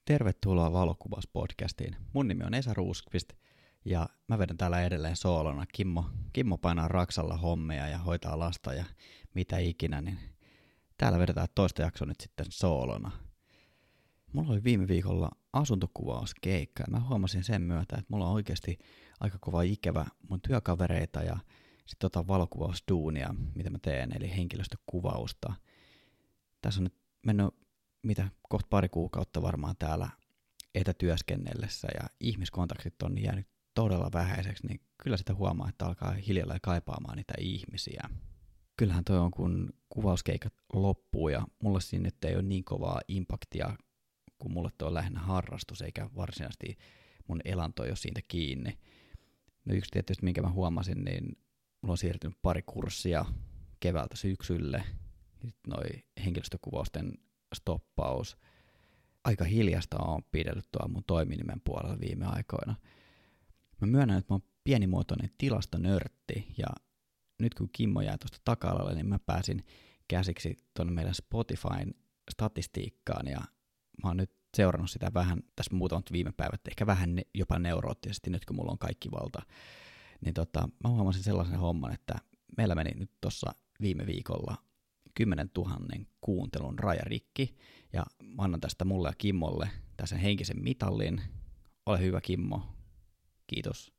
Tervetuloa Valokuvaus-podcastiin. Mun nimi on Esa Ruuskvist ja mä vedän täällä edelleen soolona. Kimmo painaa raksalla hommia ja hoitaa lasta ja mitä ikinä, niin täällä vedetään toista jaksoa nyt sitten soolona. Mulla oli viime viikolla asuntokuvauskeikka ja mä huomasin sen myötä, että mulla on oikeasti aika kova ikävä mun työkavereita ja sitten valokuvausduunia, mitä mä teen, eli henkilöstökuvausta. Tässä on nyt mennyt kohta pari kuukautta varmaan täällä etätyöskennellessä ja ihmiskontaktit on jäänyt todella vähäiseksi, niin kyllä sitä huomaa, että alkaa hiljalleen kaipaamaan niitä ihmisiä. Kyllähän toi on, kun kuvauskeikat loppuu ja mulle siinä nyt ei ole niin kovaa impaktia, kun mulle toi on lähinnä harrastus eikä varsinaisesti mun elanto ei ole siitä kiinni. No yksi tietysti, minkä mä huomasin, niin mulla on siirtynyt pari kurssia keväältä syksylle. Noi henkilöstökuvausten stoppaus. Aika hiljasta on pidellyt tuolla mun toiminimen puolella viime aikoina. Mä myönnän, että mä oon pienimuotoinen tilastonörtti ja nyt kun Kimmo jää tuosta taka-alalle, niin mä pääsin käsiksi tuonne meidän Spotifyn statistiikkaan ja mä oon nyt seurannut sitä vähän tässä muutamat viime päivät, ehkä vähän jopa neuroottisesti nyt kun mulla on kaikki valta. Niin mä huomasin sellaisen homman, että meillä meni nyt tuossa viime viikolla 10 000 kuuntelun rajarikki, ja mä annan tästä mulle ja Kimmolle tässä henkisen mitallin. Ole hyvä, Kimmo. Kiitos.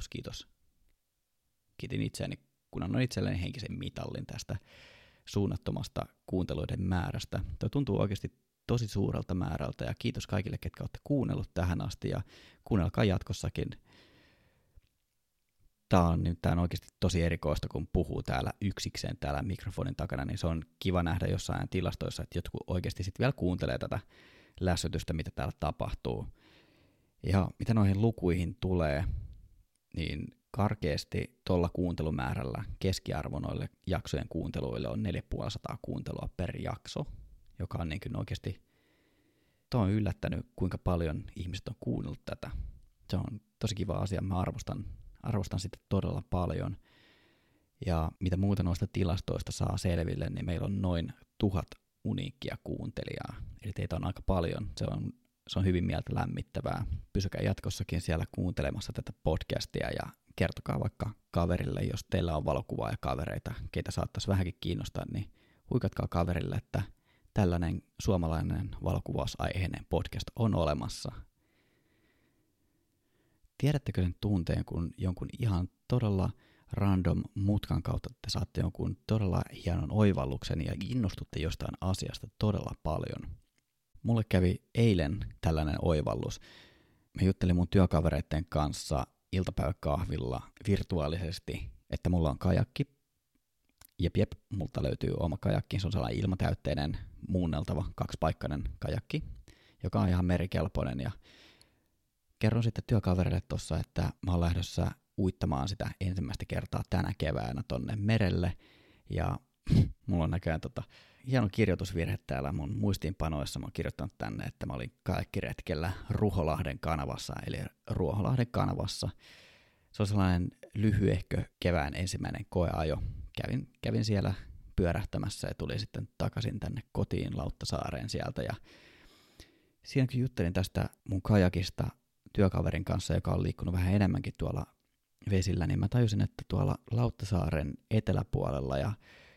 Kiitin itseäni, kun annoin itselleni henkisen mitallin tästä suunnattomasta kuunteluiden määrästä. Tuo tuntuu oikeasti tosi suurelta määrältä, ja kiitos kaikille, ketkä olette kuunnellut tähän asti, ja kuunnelkaa jatkossakin. Tämä on oikeasti tosi erikoista, kun puhuu täällä yksikseen täällä mikrofonin takana, niin se on kiva nähdä jossain tilastoissa, että jotkut oikeasti sitten vielä kuuntelee tätä lässytystä, mitä täällä tapahtuu. Ja mitä noihin lukuihin tulee, niin karkeasti tuolla kuuntelumäärällä keskiarvo noille jaksojen kuunteluille on 450 kuuntelua per jakso, joka on niin kuin oikeasti, on yllättänyt, kuinka paljon ihmiset on kuunnellut tätä. Se on tosi kiva asia, mä arvostan sitä todella paljon. Ja mitä muuta noista tilastoista saa selville, niin meillä on noin 1000 uniikkia kuuntelijaa. Eli teitä on aika paljon. Se on hyvin mieltä lämmittävää. Pysykää jatkossakin siellä kuuntelemassa tätä podcastia ja kertokaa vaikka kaverille, jos teillä on valokuvaaja-kavereita, keitä saattaisi vähänkin kiinnostaa, niin huikatkaa kaverille, että tällainen suomalainen valokuvausaiheinen podcast on olemassa. Tiedättekö sen tunteen, kun jonkun ihan todella random mutkan kautta te saatte jonkun todella hienon oivalluksen ja innostutte jostain asiasta todella paljon? Mulle kävi eilen tällainen oivallus. Mä juttelin mun työkavereiden kanssa iltapäiväkahvilla virtuaalisesti, että mulla on kajakki. Jep, multa löytyy oma kajakki. Se on sellainen ilmatäytteinen, muunneltava, kaksipaikkainen kajakki, joka on ihan merikelpoinen ja kerron sitten työkaverille tuossa, että mä oon lähdössä uittamaan sitä ensimmäistä kertaa tänä keväänä tonne merelle. Ja mulla on näköjään hieno kirjoitusvirhe täällä mun muistiinpanoissa. Mä oon kirjoittanut tänne, että mä olin kajakkiretkellä Ruoholahden kanavassa, eli Ruoholahden kanavassa. Se on sellainen lyhyehkö kevään ensimmäinen koeajo. Kävin siellä pyörähtämässä ja tulin sitten takaisin tänne kotiin Lauttasaareen sieltä. Ja siinä kun juttelin tästä mun kajakista työkaverin kanssa, joka on liikkunut vähän enemmänkin tuolla vesillä, niin mä tajusin, että tuolla Lauttasaaren eteläpuolella ja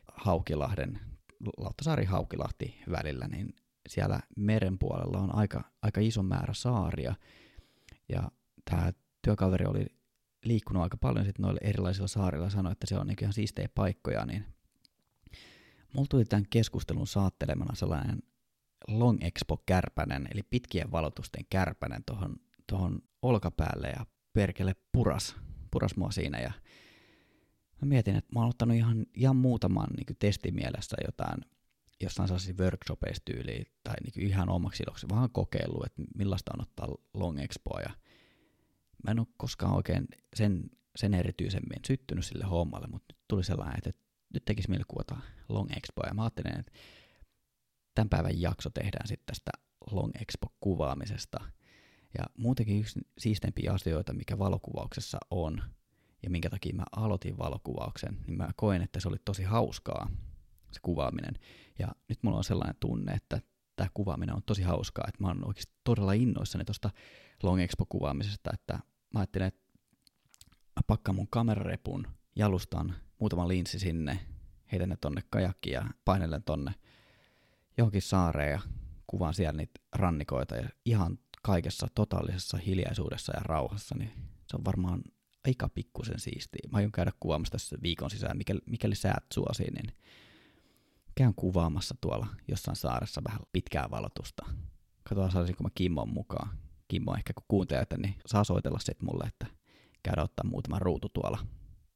Lauttasaari-Haukilahti välillä, niin siellä meren puolella on aika iso määrä saaria. Ja tämä työkaveri oli liikkunut aika paljon sitten noille erilaisilla saarilla ja sanoi, että se on niin ihan siistejä paikkoja, niin mulla tuli tämän keskustelun saattelemana sellainen Long Expo-kärpänen, eli pitkien valotusten kärpänen tuohon olkapäälle ja perkele puras mua siinä ja mä mietin, että mä oon ottanut ihan muutaman niin testin mielessä jossain sellaisissa workshopeissa tyyliin tai niin ihan omaksi iloksi vaan kokeillut, että millaista on ottaa Long Expoa ja mä en ole koskaan oikein sen erityisemmin syttynyt sille hommalle, mutta nyt tuli sellainen, että nyt tekisi mieli kuvata Long Expoa ja mä ajattelin, että tämän päivän jakso tehdään sitten tästä Long Expo-kuvaamisesta. Ja muutenkin yksi siisteimpiä asioita, mikä valokuvauksessa on, ja minkä takia mä aloitin valokuvauksen, niin mä koen, että se oli tosi hauskaa, se kuvaaminen. Ja nyt mulla on sellainen tunne, että tää kuvaaminen on tosi hauskaa, että mä oon oikeasti todella innoissani tuosta Long Expo-kuvaamisesta, että mä ajattelin, että mä pakkaan mun kamerarepun, jalustan muutaman linssi sinne, heitän ne tonne kajakkiin ja painelen tonne johonkin saareen ja kuvaan siellä niitä rannikoita ja ihan kaikessa totaalisessa hiljaisuudessa ja rauhassa, niin se on varmaan aika pikkusen siistiä. Mä aion käydä kuvaamassa tässä viikon sisään, mikäli säät suosii, niin käyn kuvaamassa tuolla jossain saaressa vähän pitkää valotusta. Katsotaan, saisinko mä Kimmon mukaan. Kimmo ehkä kun kuuntelee, niin saa soitella sit mulle, että käydä ottaa muutama ruutu tuolla.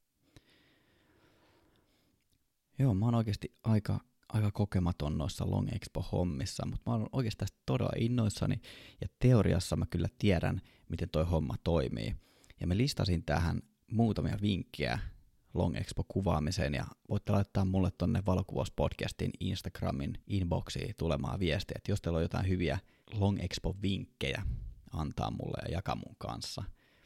Joo, mä oon oikeasti aika kokematon noissa Long Expo-hommissa, mutta mä oon oikeasti tästä todella innoissani, ja teoriassa mä kyllä tiedän, miten toi homma toimii. Ja mä listasin tähän muutamia vinkkejä Long Expo-kuvaamiseen, ja voitte laittaa mulle tonne Valokuvauspodcastin Instagramin inboxiin tulemaan viestiä, että jos teillä on jotain hyviä Long Expo-vinkkejä, antaa mulle ja jakaa mun kanssa.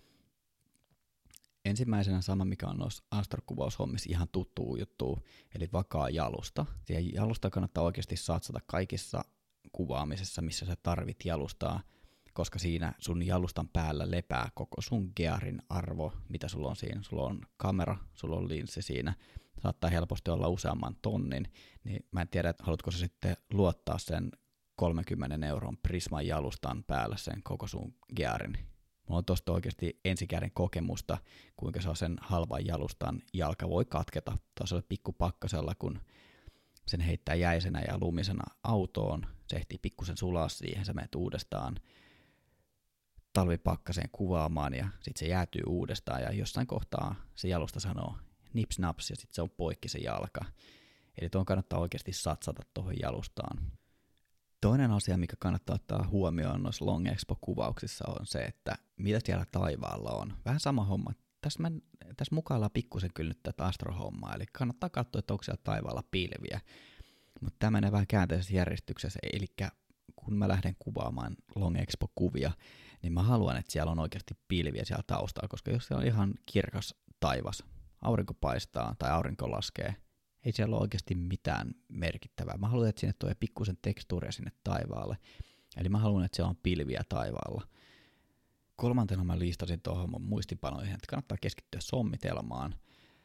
Ensimmäisenä sama, mikä on noissa astrokuvaushommissa ihan tuttu juttu, eli vakaa jalusta. Siihen jalusta kannattaa oikeasti satsata kaikissa kuvaamisessa, missä sä tarvit jalustaa, koska siinä sun jalustan päällä lepää koko sun gearin arvo, mitä sulla on siinä. Sulla on kamera, sulla on linssi siinä, saattaa helposti olla useamman tonnin, niin mä en tiedä, että haluatko sä sitten luottaa sen 30 € Prisman jalustan päällä sen koko sun gearin. Mulla on tosta oikeasti ensikäden kokemusta, kuinka se on sen halvan jalustan jalka voi katketa tuossa pikkupakkasella, kun sen heittää jäisenä ja lumisena autoon. Se ehtii pikkusen sulaa siihen, sä menet uudestaan talvipakkaseen kuvaamaan ja sitten se jäätyy uudestaan ja jossain kohtaa se jalusta sanoo nips naps ja sitten se on poikki se jalka. Eli tuon kannattaa oikeasti satsata tuohon jalustaan. Toinen asia, mikä kannattaa ottaa huomioon noissa Long Expo-kuvauksissa on se, että mitä siellä taivaalla on. Vähän sama homma. Tässä mukaillaan pikkusen kyllä nyt tätä astrohommaa, eli kannattaa katsoa, että onko siellä taivaalla pilviä. Mutta tämä menee vähän käänteisessä järjestyksessä, eli kun mä lähden kuvaamaan Long Expo-kuvia, niin mä haluan, että siellä on oikeasti pilviä siellä taustalla, koska jos siellä on ihan kirkas taivas, aurinko paistaa tai aurinko laskee, ei siellä ole oikeasti mitään merkittävää. Mä haluan, että sinne tulee pikkusen tekstuuria sinne taivaalle. Eli mä haluan, että siellä on pilviä taivaalla. Kolmantena mä listasin tuohon mun muistipanoihin, että kannattaa keskittyä sommitelmaan.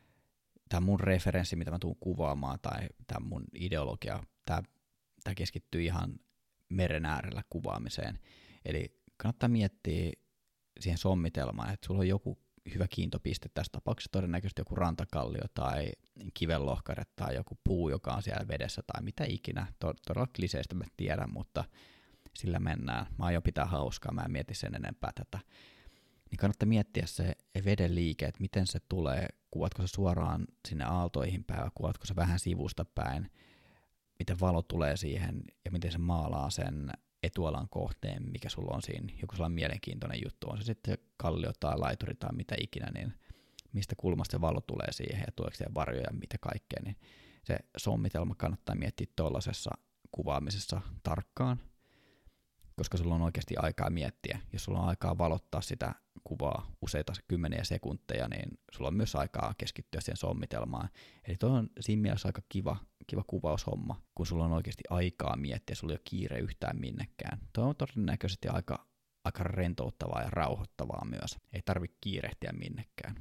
Tämä mun referenssi, mitä mä tuun kuvaamaan, tai tämä mun ideologia, tämä keskittyy ihan meren äärellä kuvaamiseen. Eli kannattaa miettiä siihen sommitelmaan, että sulla on joku hyvä kiintopiste tässä tapauksessa, todennäköisesti joku rantakallio tai kivenlohkare tai joku puu, joka on siellä vedessä tai mitä ikinä. Todella kliseistä mä tiedän, mutta sillä mennään. Mä aion pitää hauskaa, mä en mieti sen enempää tätä. Niin kannattaa miettiä se veden liike, että miten se tulee, kuvatko se suoraan sinne aaltoihin päin, kuvatko se vähän sivusta päin, miten valo tulee siihen ja miten se maalaa sen etualan kohteen, mikä sulla on siinä, joku sellainen mielenkiintoinen juttu, on se sitten kallio tai laituri tai mitä ikinä, niin mistä kulmasta se valo tulee siihen ja tuleeko siihen varjoja ja mitä kaikkea, niin se sommitelma kannattaa miettiä tuollaisessa kuvaamisessa tarkkaan, koska sulla on oikeasti aikaa miettiä. Jos sulla on aikaa valottaa sitä kuvaa useita kymmeniä sekunteja, niin sulla on myös aikaa keskittyä siihen sommitelmaan. Eli tuo on siinä mielessä aika kiva kuvaushomma, kun sulla on oikeasti aikaa miettiä, sulla ei ole kiire yhtään minnekään. Tuo on todennäköisesti aika rentouttavaa ja rauhoittavaa myös. Ei tarvitse kiirehtiä minnekään.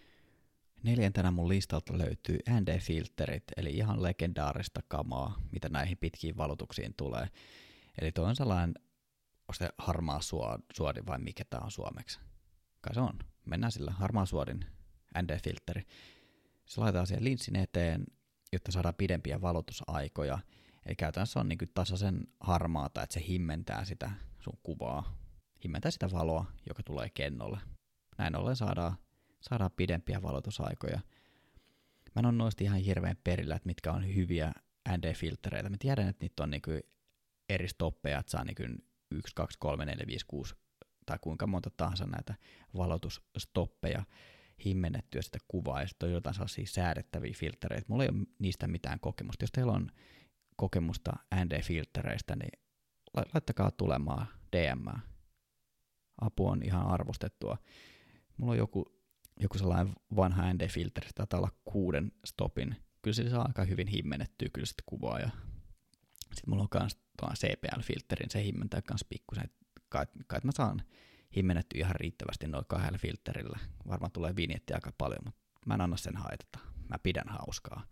Neljäntenä mun listalta löytyy ND-filterit, eli ihan legendaarista kamaa, mitä näihin pitkiin valotuksiin tulee. Eli tuo on sellainen, onko se harmaa suodi vai mikä tää on suomeksi? Kai se on. Mennään sillä harmaa suodin ND-filteri. Se laitetaan siihen linssin eteen, jotta saadaan pidempiä valotusaikoja. Eli käytännössä on niin kuin tasaisen harmaata, että se himmentää sitä sun kuvaa. Himmentää sitä valoa, joka tulee kennolle. Näin ollen saadaan pidempiä valotusaikoja. Mä en ole noista ihan hirveän perillä, että mitkä on hyviä ND-filtreitä. Mä tiedän, että niitä on niin kuin eri stoppeja, että saa niin kuin 1, 2, 3, 4, 5, 6 tai kuinka monta tahansa näitä valotusstoppeja himmennettyä sitä kuvaa, ja sitten on jotain sellaisia säädettäviä filtreitä. Mulla ei ole niistä mitään kokemusta. Jos teillä on kokemusta ND-filtreistä, niin laittakaa tulemaan DM. Apu on ihan arvostettua. Mulla on joku sellainen vanha ND-filteri, taitaa olla 6 stopin. Kyllä se saa aika hyvin himmennettyä kyllä sitä kuvaa, ja Sitten mulla on kans tuon CPL-filterin, se himmentää kans pikkusen, kai mä saan himmennetty ihan riittävästi noin 2 filterillä. Varmaan tulee vinjetti aika paljon, mutta mä en anna sen haitata. Mä pidän hauskaa.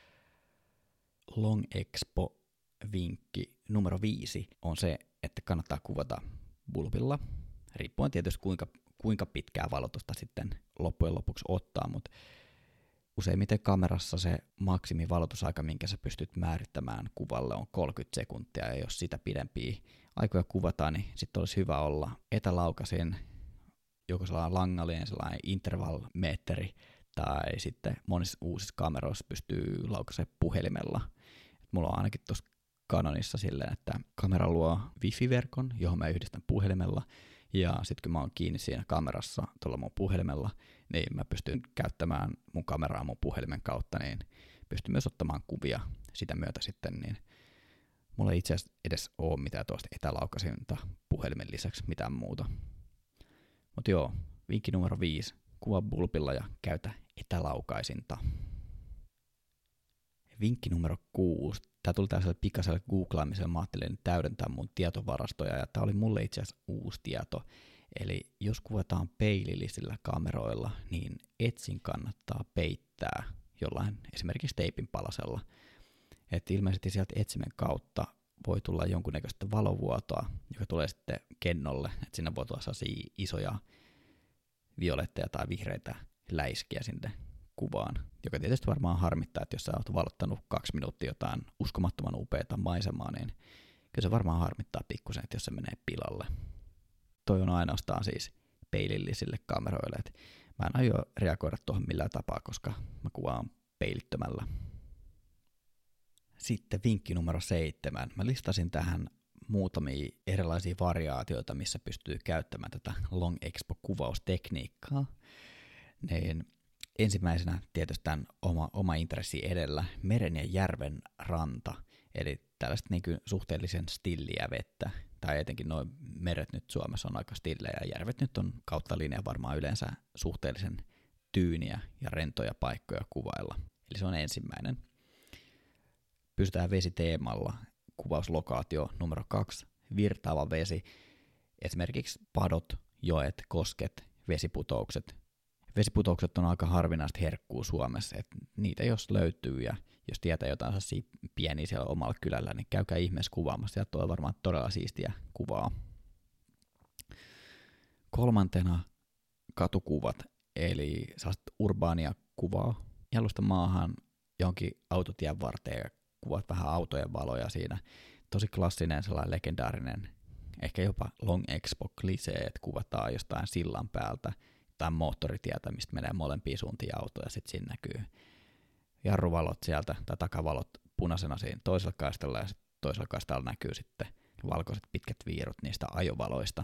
Long Expo-vinkki numero 5 on se, että kannattaa kuvata bulbilla, riippuen tietysti kuinka pitkää valotusta sitten loppujen lopuksi ottaa, mutta useimmiten kamerassa se maksimivalotusaika, minkä sä pystyt määrittämään kuvalle, on 30 sekuntia, ja jos sitä pidempiä aikoja kuvataan, niin sitten olisi hyvä olla etälaukaisin, joko sellainen langallinen, sellainen interval-meetteri, tai sitten monissa uusissa kameroissa pystyy laukaisemaan puhelimella. Mulla on ainakin tuossa Canonissa silleen, että kamera luo wifi-verkon, johon mä yhdistän puhelimella, ja sitten kun mä oon kiinni siinä kamerassa tuolla mun puhelimella, niin mä pystyn käyttämään mun kameraa mun puhelimen kautta, niin pystyn myös ottamaan kuvia sitä myötä sitten, niin mulla ei itse asiassa edes ole mitään tuosta etälaukaisinta puhelimen lisäksi mitään muuta. Mutta joo, vinkki numero 5, kuvaa bulbilla ja käytä etälaukaisinta. Vinkki numero 6. Tää tuli tällaiselle pikaiselle googlaamiselle, mä ajattelin täydentää mun tietovarastoja, ja tää oli mulle itse asiassa uusi tieto. Eli jos kuvataan peilillisillä kameroilla, niin etsin kannattaa peittää jollain esimerkiksi teipin palasella. Et ilmeisesti sieltä etsimen kautta voi tulla jonkunnäköistä valovuotoa, joka tulee sitten kennolle, että sinne voi tulla sellaisia isoja violetteja tai vihreitä läiskiä sinne kuvaan, joka tietysti varmaan harmittaa, että jos sä oot valottanut 2 minuuttia jotain uskomattoman upeata maisemaa, niin kyllä se varmaan harmittaa pikkusen, että jos se menee pilalle. Toi on ainoastaan siis peilillisille kameroille, että mä en aio reagoida tuohon millään tapaa, koska mä kuvaan peilittömällä. Sitten vinkki numero 7. Mä listasin tähän muutamia erilaisia variaatioita, missä pystyy käyttämään tätä Long Expo-kuvaustekniikkaa. Niin ensimmäisenä tietysti tämän oma intressi edellä, meren ja järven ranta, eli tällaista niin kuin suhteellisen stilliä vettä, tai etenkin nuo meret nyt Suomessa on aika stillejä, ja järvet nyt on kautta linjan varmaan yleensä suhteellisen tyyniä ja rentoja paikkoja kuvailla. Eli se on ensimmäinen. Pysytään vesiteemalla, kuvauslokaatio numero 2, virtaava vesi, esimerkiksi padot, joet, kosket, vesiputoukset. Vesiputoukset on aika harvinaista herkkuu Suomessa, että niitä jos löytyy ja jos tietää jotain pieniä siellä omalla kylällä, niin käykää ihmeessä kuvaamassa. Sieltä tulee varmaan todella siistiä kuvaa. 3. katukuvat, eli sellaista urbaania kuvaa. Jalusta maahan johonkin autotien varteen ja kuvat vähän autojen valoja siinä. Tosi klassinen, sellainen legendaarinen, ehkä jopa Long Expo-klisee, että kuvataan jostain sillan päältä tai moottoritietä, mistä menee molempiin suuntiin autoja, sitten siinä näkyy jarruvalot sieltä tai takavalot punaisena siinä toisella kaistalla, ja sitten toisella kaistalla näkyy sitten valkoiset pitkät viirut niistä ajovaloista.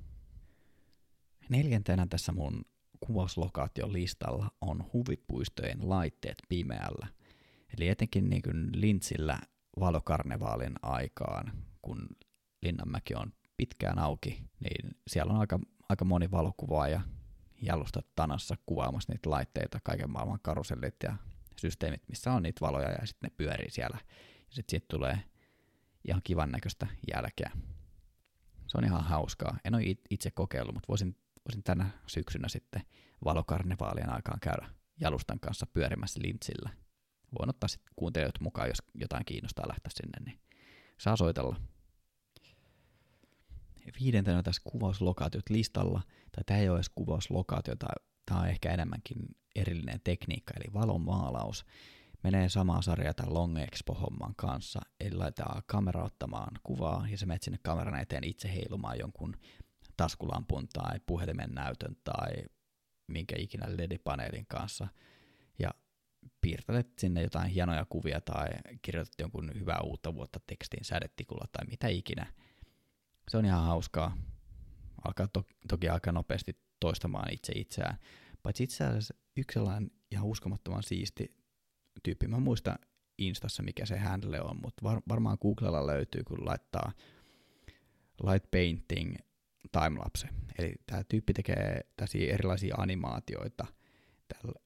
4. tässä mun kuvauslokaation listalla on huvipuistojen laitteet pimeällä. Eli etenkin niin kuin Lintsillä valokarnevaalin aikaan, kun Linnanmäki on pitkään auki, niin siellä on aika moni valokuvaaja jalustat tanassa kuvaamassa niitä laitteita, kaiken maailman karusellit ja systeemit, missä on niitä valoja, ja sitten ne pyörii siellä. Ja sitten siitä tulee ihan kivan näköistä jälkeä. Se on ihan hauskaa. En ole itse kokeillut, mutta voisin tänä syksynä sitten valokarnevaalien aikaan käydä jalustan kanssa pyörimässä Lintsillä. Voin ottaa sitten kuuntelijoita mukaan, jos jotain kiinnostaa lähteä sinne, niin saa soitella. 5. tässä kuvauslokaatiot listalla, tai tämä ei ole edes kuvauslokaatio, tämä on ehkä enemmänkin erillinen tekniikka, eli valomaalaus. Menee samaa sarjaa tämän Long Expo-homman kanssa, eli laitetaan kamera ottamaan kuvaa, ja sä menet sinne kameran eteen itse heilumaan jonkun taskulampun tai puhelimen näytön tai minkä ikinä LED-paneelin kanssa, ja piirtelet sinne jotain hienoja kuvia tai kirjoitat jonkun hyvää uutta vuotta tekstiin sädetikulla tai mitä ikinä. Se on ihan hauskaa. Alkaa toki aika nopeasti toistamaan itseään. Paitsi itse asiassa yksi sellainen ihan uskomattoman siisti tyyppi. Mä muistan Instassa, mikä se handle on, mutta varmaan Googlella löytyy, kun laittaa light painting timelapse. Eli tämä tyyppi tekee tällaisia erilaisia animaatioita tällä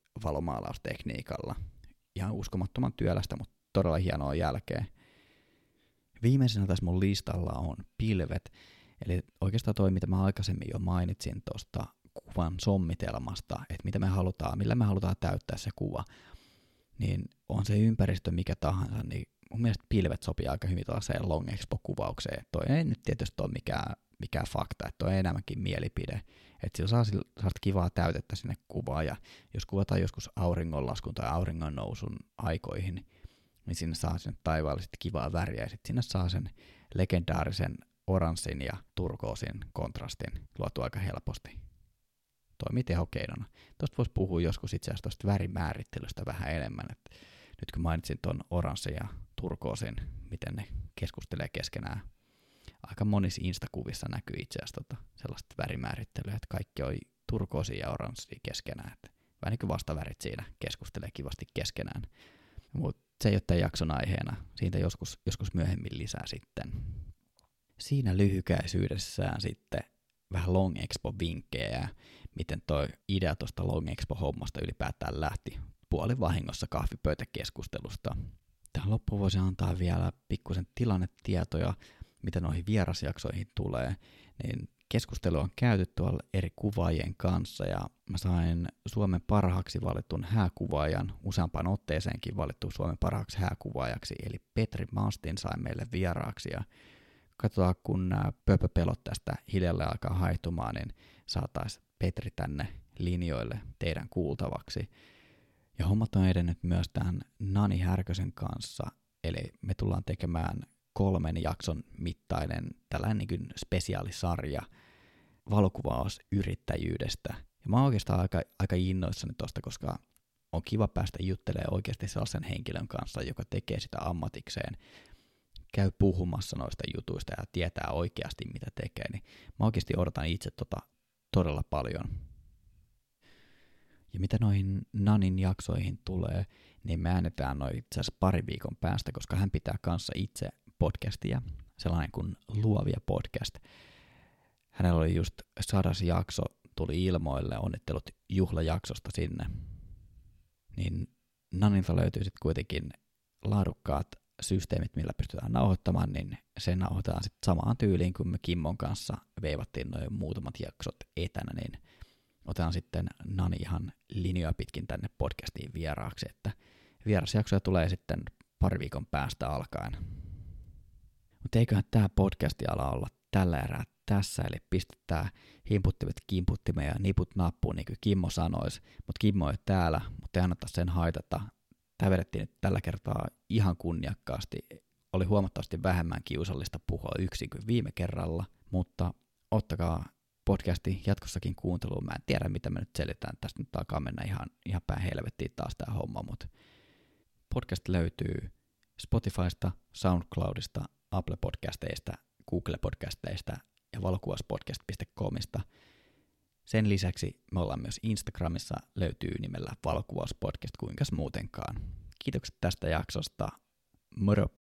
valomaalaustekniikalla. Ihan uskomattoman työlästä, mutta todella hienoa jälkeä. Viimeisenä tässä mun listalla on pilvet, eli oikeastaan toi, mitä mä aikaisemmin jo mainitsin tuosta kuvan sommitelmasta, että mitä me halutaan, millä me halutaan täyttää se kuva, niin on se ympäristö mikä tahansa, niin mun mielestä pilvet sopii aika hyvin tällaiseen Long Expo-kuvaukseen. Toi ei nyt tietysti ole mikään fakta, että toi on enemmänkin mielipide, että sillä saa kivaa täytettä sinne kuvaan, ja jos kuvataan joskus auringonlaskun tai auringon nousun aikoihin, niin sinne saa sinne taivaalle sitten kivaa väriä, ja sitten sinne saa sen legendaarisen oranssin ja turkoosin kontrastin luotu aika helposti. Toimii tehokeinona. Tuosta voisi puhua joskus itse asiassa tuosta värimäärittelystä vähän enemmän, että nyt kun mainitsin tuon oranssin ja turkoosin, miten ne keskustelee keskenään, aika monissa instakuvissa näkyy itse asiassa sellaista värimäärittelyä, että kaikki on turkoosia ja oranssia keskenään, että vähän niin kuin vastavärit siinä keskustelee kivasti keskenään. Mutta se ei ole tämän jakson aiheena, siitä joskus myöhemmin lisää sitten. Siinä lyhykäisyydessään sitten vähän Long Expo-vinkkejä, miten toi idea tuosta Long Expo-hommasta ylipäätään lähti puolivahingossa kahvipöytäkeskustelusta. Tähän loppuun voisi antaa vielä pikkusen tilannetietoja, mitä noihin vierasjaksoihin tulee, niin keskustelu on käyty tuolla eri kuvaajien kanssa, ja mä sain Suomen parhaaksi valitun hääkuvaajan, useampaan otteeseenkin valittu Suomen parhaaksi hääkuvaajaksi, eli Petri Mastin sai meille vieraaksi, ja katsotaan, kun nämä pöpöpelot tästä hiljalleen alkaa haihtumaan, niin saataisiin Petri tänne linjoille teidän kuultavaksi. Ja hommat on edennyt myös tämän Nani Härkösen kanssa, eli me tullaan tekemään 3 jakson mittainen tällainen niin kuin spesiaalisarja valokuvausyrittäjyydestä. Ja mä oon oikeastaan aika innoissani tosta, koska on kiva päästä juttelemaan oikeasti sellaisen henkilön kanssa, joka tekee sitä ammatikseen, käy puhumassa noista jutuista ja tietää oikeasti mitä tekee, niin mä oikeasti odotan itse todella paljon. Ja mitä noihin Nanin jaksoihin tulee, niin me äänetään noin itse asiassa 2 viikon päästä, koska hän pitää kanssa itse podcastia, sellainen kuin Luovia podcast. Hänellä oli just 100 jakso, tuli ilmoille, onnittelut juhlajaksosta sinne. Niin Nanilta löytyy sitten kuitenkin laadukkaat systeemit, millä pystytään nauhoittamaan, niin se nauhoitetaan sitten samaan tyyliin, kun me Kimmon kanssa veivattiin noin muutamat jaksot etänä, niin otetaan sitten Nani ihan linjoja pitkin tänne podcastiin vieraaksi, että vierasjaksoja tulee sitten 2 viikon päästä alkaen. Mutta eiköhän tämä podcasti ala olla tällä erää tässä, eli pistetään himputtimet kimputtimeen ja niput nappuun, niin kuin Kimmo sanoisi, mutta Kimmo ei ole täällä, mutta ei anneta sen haitata. Tämä vedettiin nyt tällä kertaa ihan kunniakkaasti. Oli huomattavasti vähemmän kiusallista puhua yksin kuin viime kerralla, mutta ottakaa podcasti jatkossakin kuunteluun. Mä en tiedä, mitä me nyt selitään. Tästä nyt alkaa mennä ihan päin helvettiin taas tää homma, mutta podcast löytyy Spotifysta, SoundCloudista, Apple Podcasteista, Google Podcasteista ja valokuvaspodcast.comista. Sen lisäksi me ollaan myös Instagramissa, löytyy nimellä Valokuvauspodcast, kuinkas muutenkaan. Kiitokset tästä jaksosta. Moro!